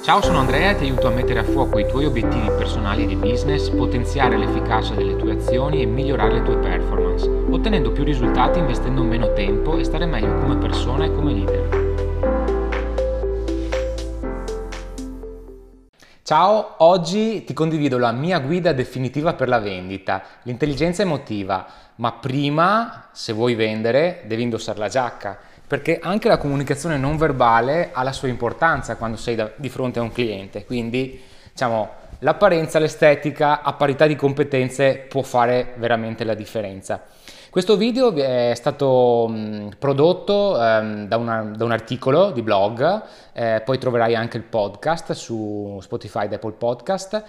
Ciao, sono Andrea e ti aiuto a mettere a fuoco i tuoi obiettivi personali e di business, potenziare l'efficacia delle tue azioni e migliorare le tue performance, ottenendo più risultati investendo meno tempo e stare meglio come persona e come leader. Ciao, oggi ti condivido la mia guida definitiva per la vendita, l'intelligenza emotiva, ma prima, se vuoi vendere, devi indossare la giacca, perché anche la comunicazione non verbale ha la sua importanza quando sei di fronte a un cliente, quindi diciamo l'apparenza, l'estetica a parità di competenze può fare veramente la differenza. Questo video è stato prodotto da un articolo di blog, poi troverai anche il podcast su Spotify ed Apple Podcast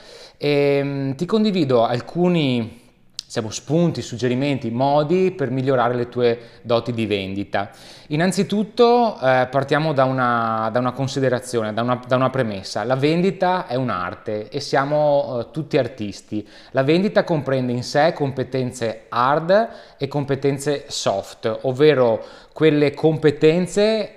e ti condivido alcuni spunti, suggerimenti, modi per migliorare le tue doti di vendita. Innanzitutto partiamo da una considerazione, da una premessa. La vendita è un'arte e siamo tutti artisti. La vendita comprende in sé competenze hard e competenze soft, ovvero quelle competenze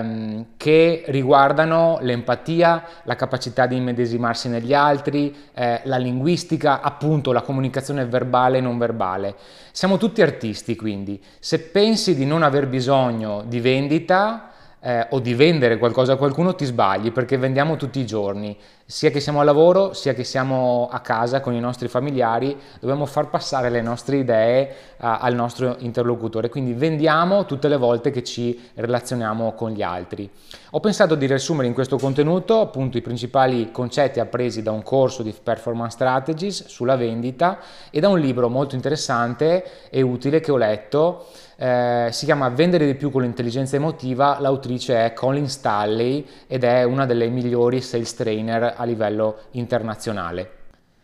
che riguardano l'empatia, la capacità di immedesimarsi negli altri, la linguistica, appunto la comunicazione verbale e non verbale. Siamo tutti artisti, quindi se pensi di non aver bisogno di vendita o di vendere qualcosa a qualcuno, ti sbagli, perché vendiamo tutti i giorni, sia che siamo al lavoro sia che siamo a casa con i nostri familiari, dobbiamo far passare le nostre idee al nostro interlocutore, quindi vendiamo tutte le volte che ci relazioniamo con gli altri. Ho pensato di riassumere in questo contenuto appunto i principali concetti appresi da un corso di Performance Strategies sulla vendita e da un libro molto interessante e utile che ho letto. Si chiama Vendere di più con l'intelligenza emotiva, l'autrice è Colin Stanley ed è una delle migliori sales trainer a livello internazionale.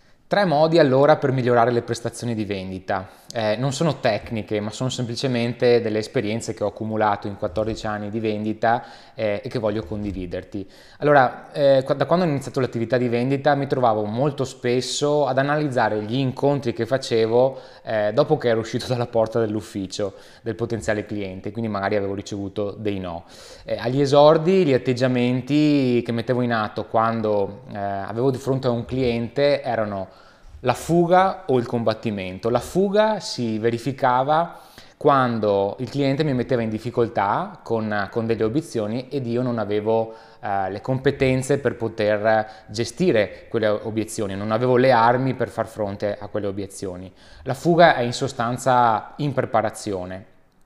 3 modi allora per migliorare le prestazioni di vendita. Non sono tecniche, ma sono semplicemente delle esperienze che ho accumulato in 14 anni di vendita e che voglio condividerti. Allora, da quando ho iniziato l'attività di vendita mi trovavo molto spesso ad analizzare gli incontri che facevo dopo che ero uscito dalla porta dell'ufficio del potenziale cliente, quindi magari avevo ricevuto dei no. Agli esordi, gli atteggiamenti che mettevo in atto quando avevo di fronte a un cliente erano la fuga o il combattimento. La fuga si verificava quando il cliente mi metteva in difficoltà con delle obiezioni ed io non avevo le competenze per poter gestire quelle obiezioni, non avevo le armi per far fronte a quelle obiezioni. La fuga è in sostanza impreparazione.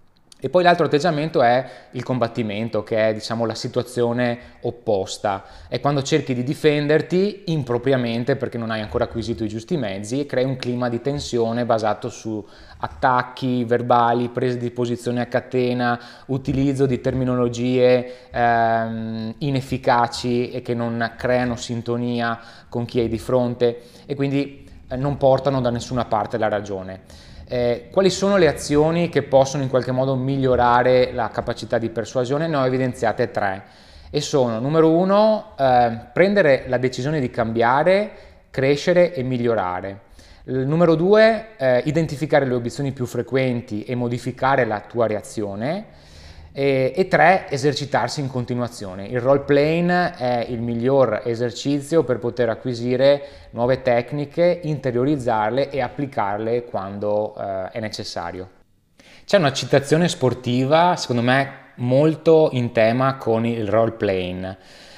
E poi l'altro atteggiamento è il combattimento, che è diciamo la situazione opposta, è quando cerchi di difenderti impropriamente perché non hai ancora acquisito i giusti mezzi e crei un clima di tensione basato su attacchi verbali, prese di posizione a catena, utilizzo di terminologie inefficaci e che non creano sintonia con chi hai di fronte e quindi non portano da nessuna parte la ragione. Quali sono le azioni che possono in qualche modo migliorare la capacità di persuasione? Ne ho evidenziate 3 e sono: numero 1, prendere la decisione di cambiare, crescere e migliorare. Numero 2, identificare le obiezioni più frequenti e modificare la tua reazione. E 3, esercitarsi in continuazione. Il role playing è il miglior esercizio per poter acquisire nuove tecniche, interiorizzarle e applicarle quando è necessario. C'è una citazione sportiva, secondo me, molto in tema con il role playing.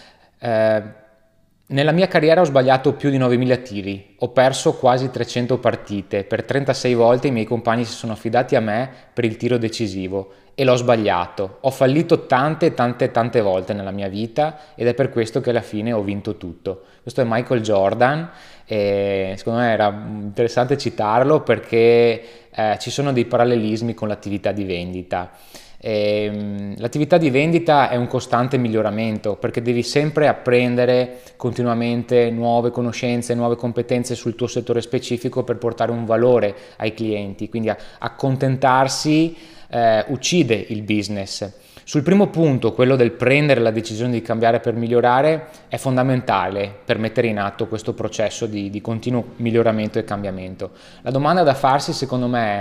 Nella mia carriera ho sbagliato più di 9.000 tiri, ho perso quasi 300 partite, per 36 volte i miei compagni si sono affidati a me per il tiro decisivo e l'ho sbagliato. Ho fallito tante volte nella mia vita ed è per questo che alla fine ho vinto tutto. Questo è Michael Jordan e secondo me era interessante citarlo perché ci sono dei parallelismi con l'attività di vendita. L'attività di vendita è un costante miglioramento perché devi sempre apprendere continuamente nuove conoscenze, nuove competenze sul tuo settore specifico per portare un valore ai clienti, quindi accontentarsi uccide il business. Sul primo punto, quello del prendere la decisione di cambiare per migliorare, è fondamentale per mettere in atto questo processo di continuo miglioramento e cambiamento. La domanda da farsi secondo me è: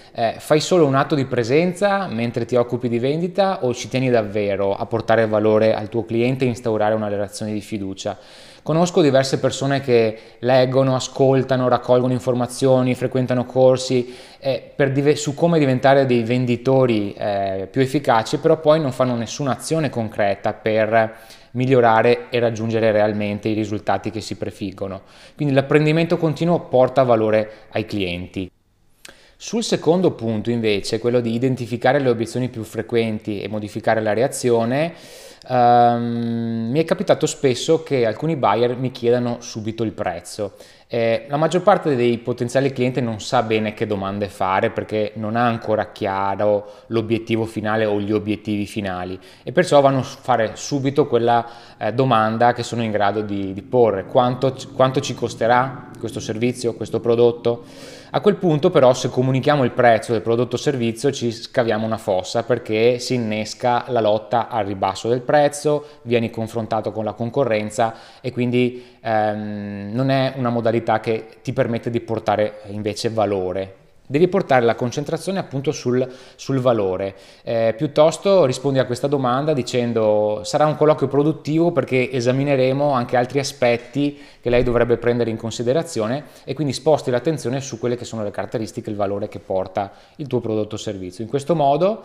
Fai solo un atto di presenza mentre ti occupi di vendita o ci tieni davvero a portare valore al tuo cliente e instaurare una relazione di fiducia? Conosco diverse persone che leggono, ascoltano, raccolgono informazioni, frequentano corsi su come diventare dei venditori più efficaci, però poi non fanno nessuna azione concreta per migliorare e raggiungere realmente i risultati che si prefiggono. Quindi l'apprendimento continuo porta valore ai clienti. Sul secondo punto invece, quello di identificare le obiezioni più frequenti e modificare la reazione, mi è capitato spesso che alcuni buyer mi chiedano subito il prezzo. La maggior parte dei potenziali clienti non sa bene che domande fare perché non ha ancora chiaro l'obiettivo finale o gli obiettivi finali e perciò vanno a fare subito quella domanda che sono in grado di porre: quanto ci costerà questo servizio, questo prodotto? A quel punto però, se comunichiamo il prezzo del prodotto o servizio, ci scaviamo una fossa perché si innesca la lotta al ribasso del prezzo, vieni confrontato con la concorrenza e quindi non è una modalità che ti permette di portare invece valore. Devi portare la concentrazione appunto sul valore. Piuttosto rispondi a questa domanda dicendo: sarà un colloquio produttivo perché esamineremo anche altri aspetti che lei dovrebbe prendere in considerazione, e quindi sposti l'attenzione su quelle che sono le caratteristiche, il valore che porta il tuo prodotto o servizio. In questo modo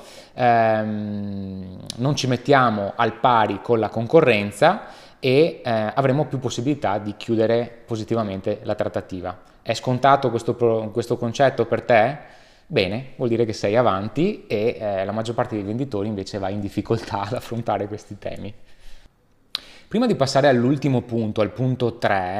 non ci mettiamo al pari con la concorrenza e avremo più possibilità di chiudere positivamente la trattativa. È scontato questo concetto per te? Bene, vuol dire che sei avanti e la maggior parte dei venditori invece va in difficoltà ad affrontare questi temi. Prima di passare all'ultimo punto, al punto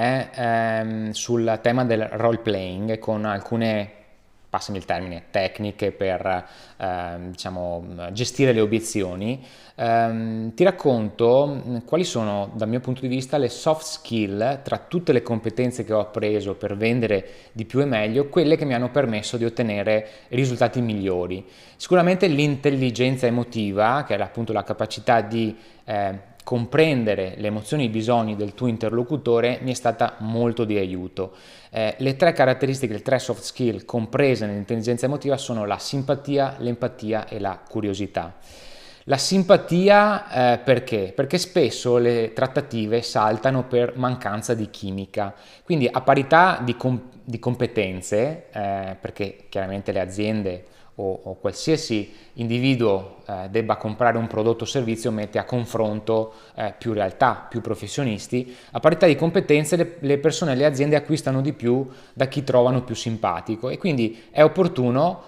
3, sul tema del role playing, con alcune, passami il termine, tecniche per diciamo, gestire le obiezioni, ti racconto quali sono, dal mio punto di vista, le soft skill tra tutte le competenze che ho appreso per vendere di più e meglio, quelle che mi hanno permesso di ottenere risultati migliori. Sicuramente l'intelligenza emotiva, che è appunto la capacità di comprendere le emozioni e i bisogni del tuo interlocutore, mi è stata molto di aiuto. Le tre caratteristiche, le tre soft skill comprese nell'intelligenza emotiva sono la simpatia, l'empatia e la curiosità. La simpatia perché? Perché spesso le trattative saltano per mancanza di chimica, quindi a parità di competenze, perché chiaramente le aziende o qualsiasi individuo debba comprare un prodotto o servizio mette a confronto più realtà, più professionisti. A parità di competenze le persone e le aziende acquistano di più da chi trovano più simpatico, e quindi è opportuno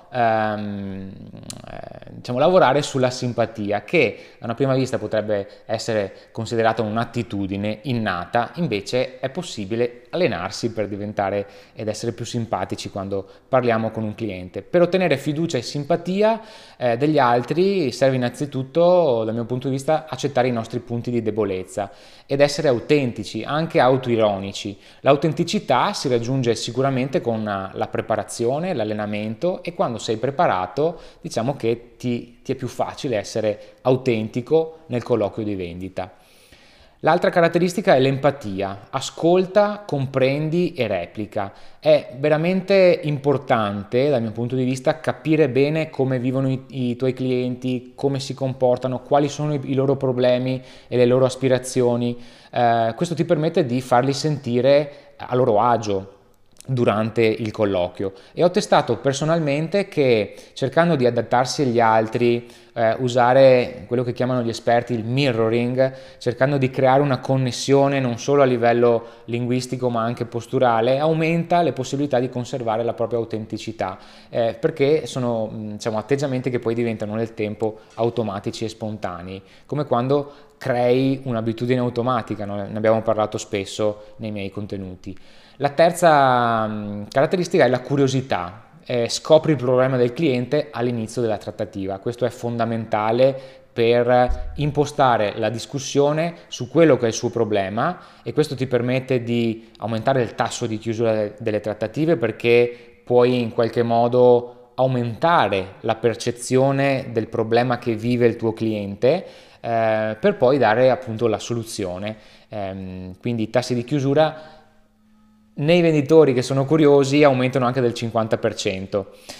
diciamo, lavorare sulla simpatia, che a una prima vista potrebbe essere considerata un'attitudine innata, invece è possibile allenarsi per diventare ed essere più simpatici quando parliamo con un cliente. Per ottenere fiducia e simpatia degli altri serve innanzitutto, dal mio punto di vista, accettare i nostri punti di debolezza ed essere autentici, anche autoironici. L'autenticità si raggiunge sicuramente con la preparazione, l'allenamento, e quando sei preparato diciamo che ti è più facile essere autentico nel colloquio di vendita. L'altra caratteristica è l'empatia: ascolta, comprendi e replica. È veramente importante, dal mio punto di vista, capire bene come vivono i tuoi clienti, come si comportano, quali sono i loro problemi e le loro aspirazioni. Questo ti permette di farli sentire a loro agio durante il colloquio, e ho testato personalmente che, cercando di adattarsi agli altri, usare quello che chiamano gli esperti il mirroring, cercando di creare una connessione non solo a livello linguistico ma anche posturale, aumenta le possibilità di conservare la propria autenticità, perché sono diciamo, atteggiamenti che poi diventano nel tempo automatici e spontanei, come quando crei un'abitudine automatica. Ne abbiamo parlato spesso nei miei contenuti. La terza caratteristica è la curiosità. Scopri il problema del cliente all'inizio della trattativa. Questo è fondamentale per impostare la discussione su quello che è il suo problema, e questo ti permette di aumentare il tasso di chiusura delle trattative, perché puoi in qualche modo aumentare la percezione del problema che vive il tuo cliente, per poi dare appunto la soluzione. Quindi i tassi di chiusura nei venditori che sono curiosi aumentano anche del 50%.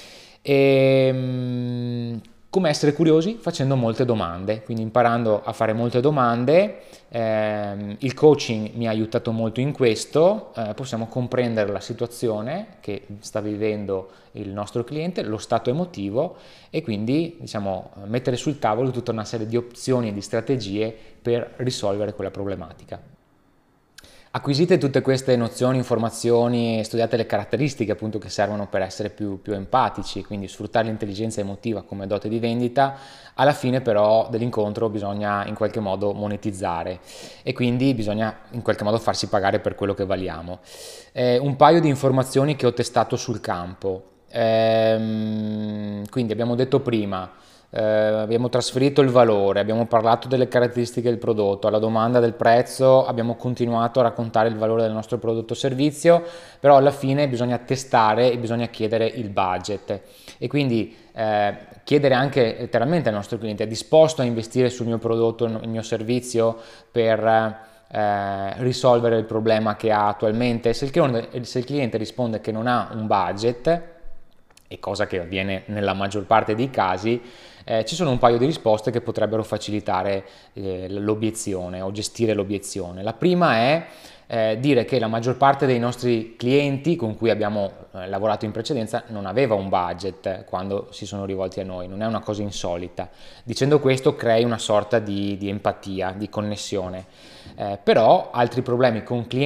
E come essere curiosi? Facendo molte domande, quindi imparando a fare molte domande. Il coaching mi ha aiutato molto in questo, possiamo comprendere la situazione che sta vivendo il nostro cliente, lo stato emotivo, e quindi diciamo mettere sul tavolo tutta una serie di opzioni e di strategie per risolvere quella problematica. Acquisite tutte queste nozioni, informazioni, studiate le caratteristiche appunto che servono per essere più empatici, quindi sfruttare l'intelligenza emotiva come dote di vendita. Alla fine però dell'incontro bisogna in qualche modo monetizzare e quindi bisogna in qualche modo farsi pagare per quello che valiamo. Un paio di informazioni che ho testato sul campo. Quindi abbiamo detto prima, abbiamo trasferito il valore, abbiamo parlato delle caratteristiche del prodotto, alla domanda del prezzo abbiamo continuato a raccontare il valore del nostro prodotto o servizio, però alla fine bisogna testare e bisogna chiedere il budget e quindi chiedere anche letteralmente al nostro cliente: è disposto a investire sul mio prodotto, il mio servizio per risolvere il problema che ha attualmente. Se il cliente risponde che non ha un budget, e cosa che avviene nella maggior parte dei casi, ci sono un paio di risposte che potrebbero facilitare l'obiezione o gestire l'obiezione. La prima è dire che la maggior parte dei nostri clienti con cui abbiamo lavorato in precedenza non aveva un budget quando si sono rivolti a noi, non è una cosa insolita. Dicendo questo crei una sorta di empatia, di connessione. Però altri problemi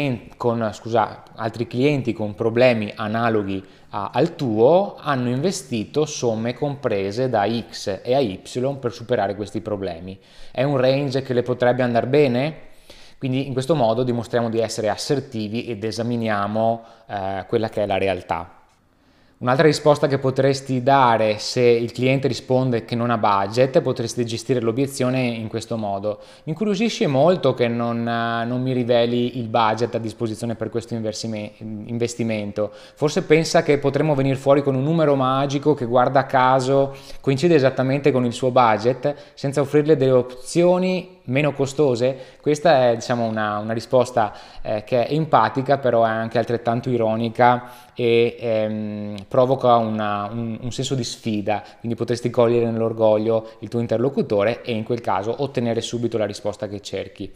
altri clienti con problemi analoghi al tuo hanno investito somme comprese da X e a Y per superare questi problemi. È un range che le potrebbe andare bene? Quindi in questo modo dimostriamo di essere assertivi ed esaminiamo quella che è la realtà. Un'altra risposta che potresti dare se il cliente risponde che non ha budget, potresti gestire l'obiezione in questo modo: mi incuriosisce molto che non mi riveli il budget a disposizione per questo investimento, forse pensa che potremmo venire fuori con un numero magico che guarda caso coincide esattamente con il suo budget senza offrirle delle opzioni meno costose? Questa è diciamo una risposta che è empatica, però è anche altrettanto ironica e provoca un senso di sfida, quindi potresti cogliere nell'orgoglio il tuo interlocutore e in quel caso ottenere subito la risposta che cerchi.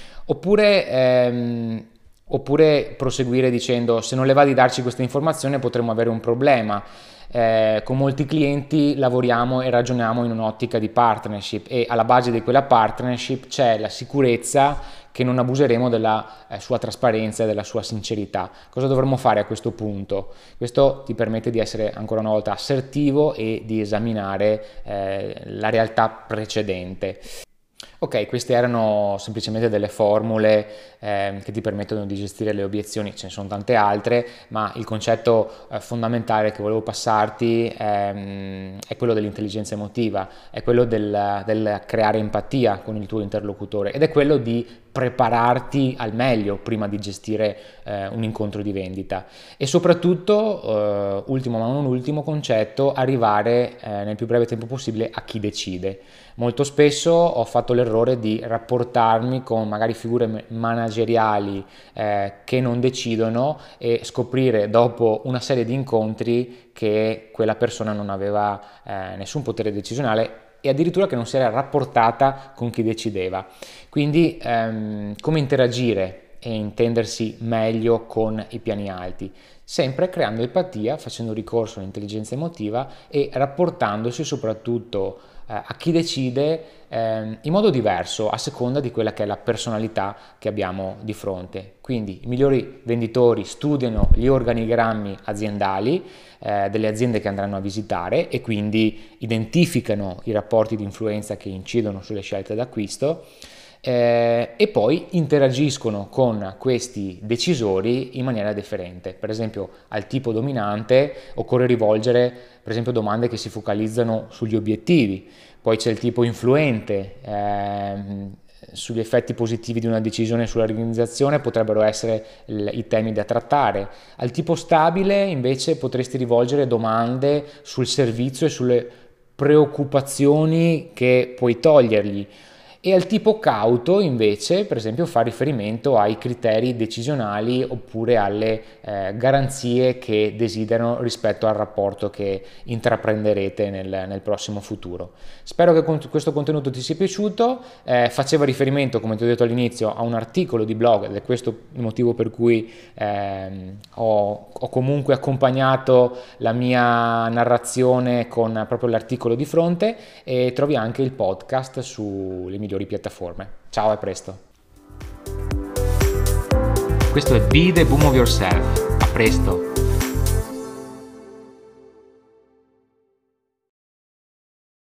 Oppure proseguire dicendo: se non le va di darci questa informazione potremmo avere un problema. Con molti clienti lavoriamo e ragioniamo in un'ottica di partnership e alla base di quella partnership c'è la sicurezza che non abuseremo della sua trasparenza e della sua sincerità. Cosa dovremmo fare a questo punto? Questo ti permette di essere ancora una volta assertivo e di esaminare la realtà precedente. Ok, queste erano semplicemente delle formule che ti permettono di gestire le obiezioni, ce ne sono tante altre, ma il concetto fondamentale che volevo passarti è quello dell'intelligenza emotiva, è quello del creare empatia con il tuo interlocutore ed è quello di prepararti al meglio prima di gestire un incontro di vendita e soprattutto, ultimo ma non ultimo concetto, arrivare nel più breve tempo possibile a chi decide. Molto spesso ho fatto l'errore di rapportarmi con magari figure manageriali che non decidono e scoprire dopo una serie di incontri che quella persona non aveva nessun potere decisionale e addirittura che non si era rapportata con chi decideva. Quindi come interagire e intendersi meglio con i piani alti? Sempre creando empatia, facendo ricorso all'intelligenza emotiva e rapportandosi soprattutto a chi decide in modo diverso a seconda di quella che è la personalità che abbiamo di fronte. Quindi i migliori venditori studiano gli organigrammi aziendali delle aziende che andranno a visitare e quindi identificano i rapporti di influenza che incidono sulle scelte d'acquisto e poi interagiscono con questi decisori in maniera differente. Per esempio, al tipo dominante occorre rivolgere per esempio domande che si focalizzano sugli obiettivi. Poi c'è il tipo influente, sugli effetti positivi di una decisione sull'organizzazione potrebbero essere i temi da trattare. Al tipo stabile invece potresti rivolgere domande sul servizio e sulle preoccupazioni che puoi togliergli. E al tipo cauto invece, per esempio, fa riferimento ai criteri decisionali oppure alle garanzie che desiderano rispetto al rapporto che intraprenderete nel prossimo futuro. Spero che questo contenuto ti sia piaciuto. Faceva riferimento, come ti ho detto all'inizio, a un articolo di blog, ed è questo il motivo per cui ho comunque accompagnato la mia narrazione con proprio l'articolo di fronte, e trovi anche il podcast sulle migliori piattaforme. Ciao, a presto. Questo è Be the Boom of Yourself. A presto.